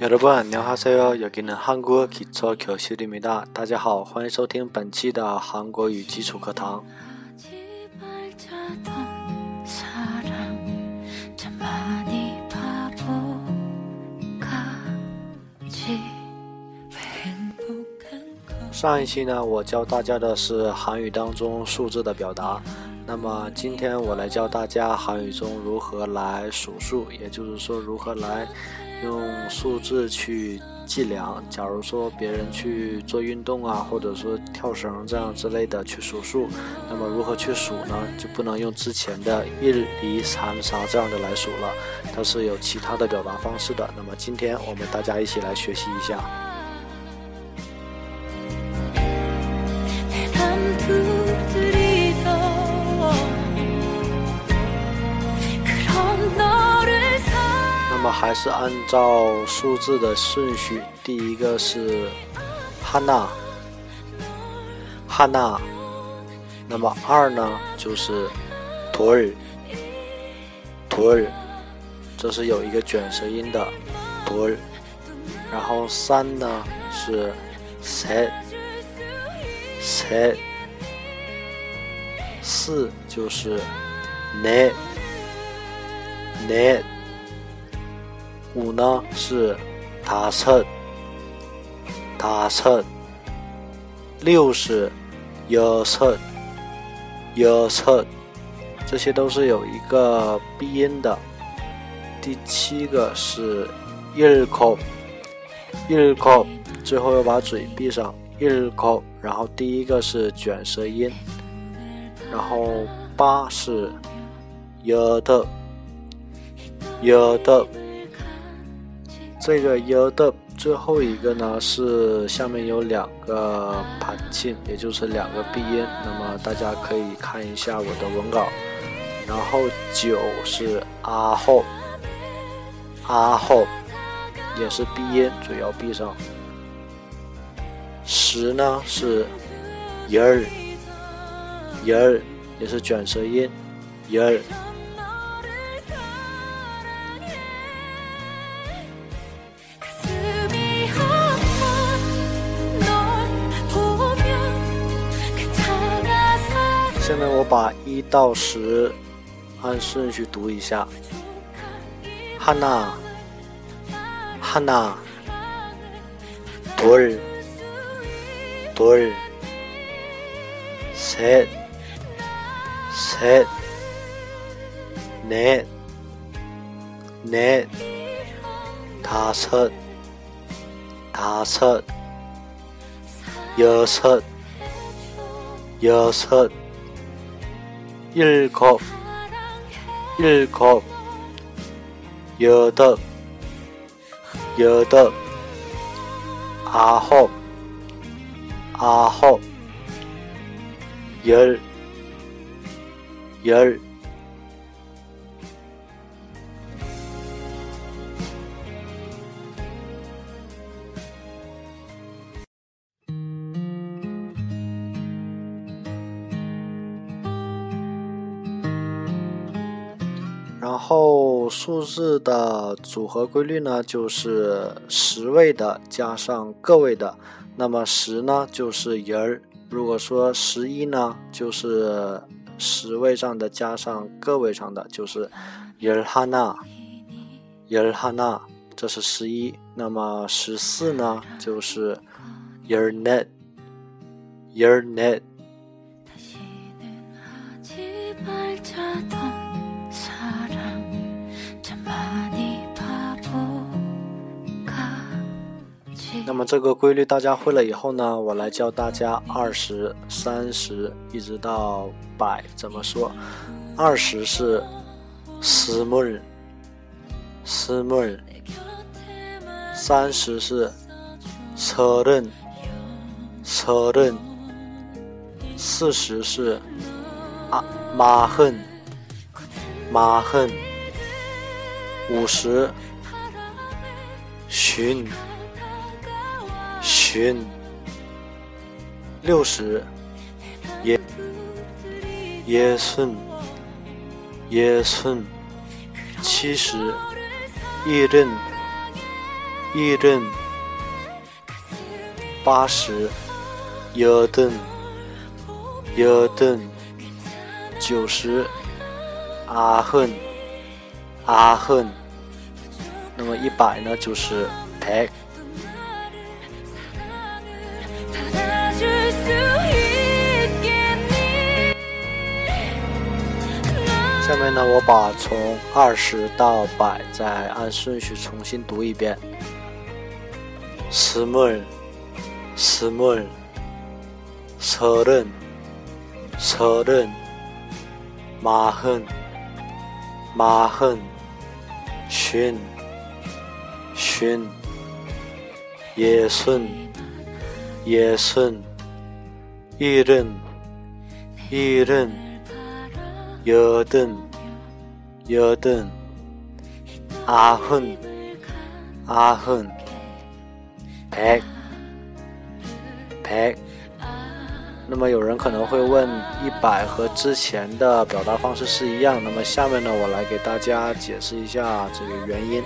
여러분 안녕하세요. 여기는 한국어 기초 교실입니다. 大家好，欢迎收听本期的韩国语基础课堂。上一期呢，我教大家的是韩语当中数字的表达。那么今天我来教大家韩语中如何来数数，也就是说如何来用数字去计量。假如说别人去做运动啊，或者说跳绳这样之类的去数数，那么如何去数呢？就不能用之前的1、2、3、4这样的来数了，它是有其他的表达方式的。那么今天我们大家一起来学习一下。那么还是按照数字的顺序，第一个是하나，那么2呢就是둘，这是有一个卷舌音的둘，然后3呢是셋， 4就是넷， 5呢是다섯， 6是여섯， 这些都是有一个闭音的。第7个是일곱， 最后要把嘴闭上일곱，然后第一个是卷舌音。然后8是여덟，这个여덟最后一个呢是下面有2个받침，也就是2个闭音，那么大家可以看一下我的文稿。然后9是아홉，也是闭音，嘴要闭上。10呢是열，也是卷舌音열。现在我把1到10按顺序读一下。하나， 둘， 셋， 넷， 다섯， 여섯， 일곱, 여덟, 아홉, 열.然后数字的组合规律呢，就是10位的加上个位的。那么10呢就是열，如果说11呢就是10位上的加上个位上的，就是열하나，这是11。那么14呢就是열넷。那么这个规律大家会了以后呢，我来教大家20、30一直到100怎么说。20是스물，30是서른，40是마흔，50쉰，60예순70일흔 70 80 80 90 90 那么100呢就是100。下面呢，我把从20到100再按顺序重新读一遍。스물 서른 마흔 쉰 예순 일흔 여든 아흔 백。那么有人可能会问，100和之前的表达方式是一样，那么下面呢，我来给大家解释一下这个原因。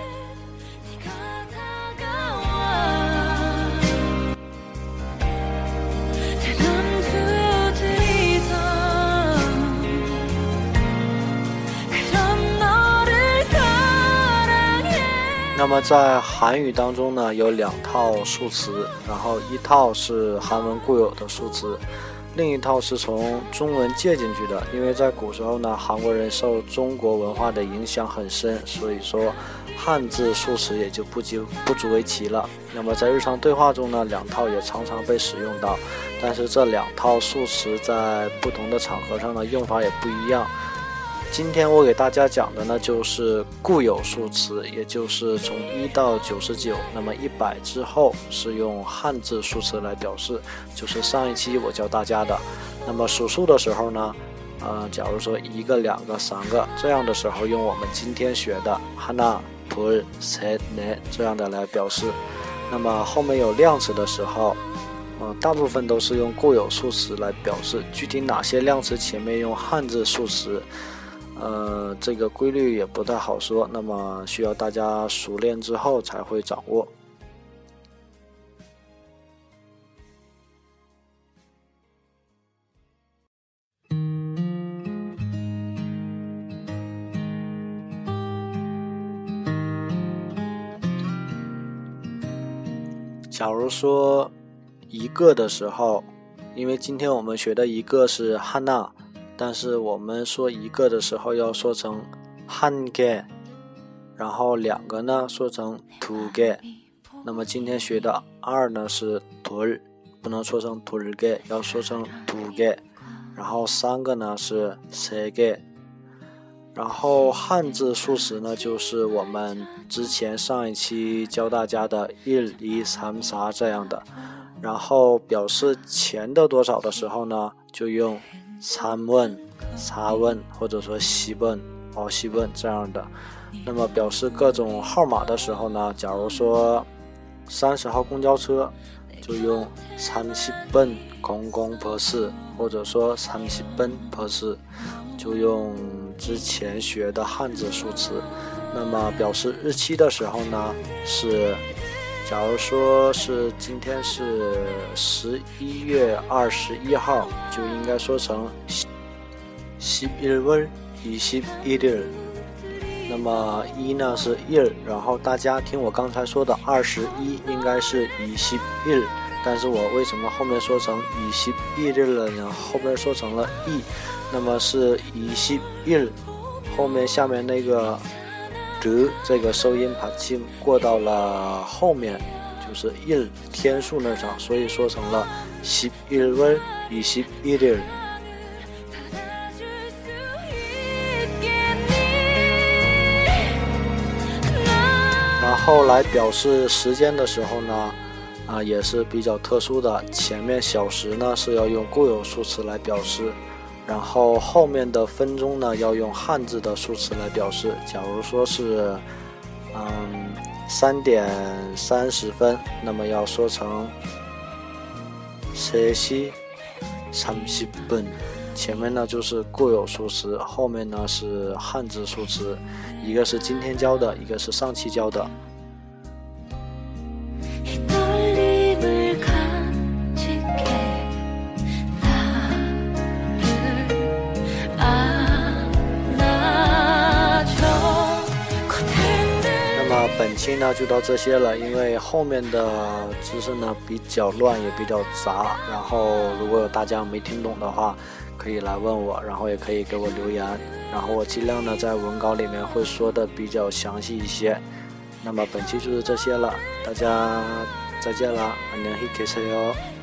那么在韩语当中呢，有2套数词，然后一套是韩文固有的数词，另一套是从中文借进去的。因为在古时候呢，韩国人受中国文化的影响很深，所以说汉字数词也就不足为奇了。那么在日常对话中呢，2套也常常被使用到，但是这2套数词在不同的场合上的用法也不一样。今天我给大家讲的呢，就是固有数词，也就是从1到99，那么100之后是用汉字数词来表示，就是上一期我教大家的。那么数数的时候呢，假如说1个、2个、3个这样的时候，用我们今天学的하나、둘、셋、넷这样的来表示。那么后面有量词的时候，大部分都是用固有数词来表示，具体哪些量词前面用汉字数词，这个规律也不太好说，那么需要大家熟练之后才会掌握。假如说1个的时候，因为今天我们学的1个是하나，但是我们说1个的时候要说成한 개，然后2个呢说成두 개。那么今天学的2呢是둘，不能说成둘 개，要说成두 개。然后3个呢是세 개。然后汉字数词呢，就是我们之前上一期教大家的1、2、3、4这样的。然后表示钱的多少的时候呢，就用3원、4원或者说10원、50원这样的。那么表示各种号码的时候呢，假如说30号公交车就用30번 공공버스，或者说30번 버스，就用之前学的汉字数词。那么表示日期的时候呢，是假如说是今天是11月21号，就应该说成11월 21일。那么1呢是1，然后大家听我刚才说的21应该是21，但是我为什么后面说成21了呢？后面说成了1，那么是21，后面下面那个这个收音把气过到了后面，就是1天数那上，所以说成了11월 21일。然后来表示时间的时候呢，也是比较特殊的，前面小时呢是要用固有数词来表示，然后后面的分钟呢要用汉字的数词来表示。假如说是3点30分，那么要说成3시30분，前面呢就是固有数词，后面呢是汉字数词，一个是今天教的，一个是上期教的。 期呢就到这些了，因为后面的知识呢比较乱也比较杂，然后如果有大家没听懂的话可以来问我，然后也可以给我留言，然后我尽量呢在文稿里面会说的比较详细一些。那么本期就是这些了，大家再见了，안녕히계세요。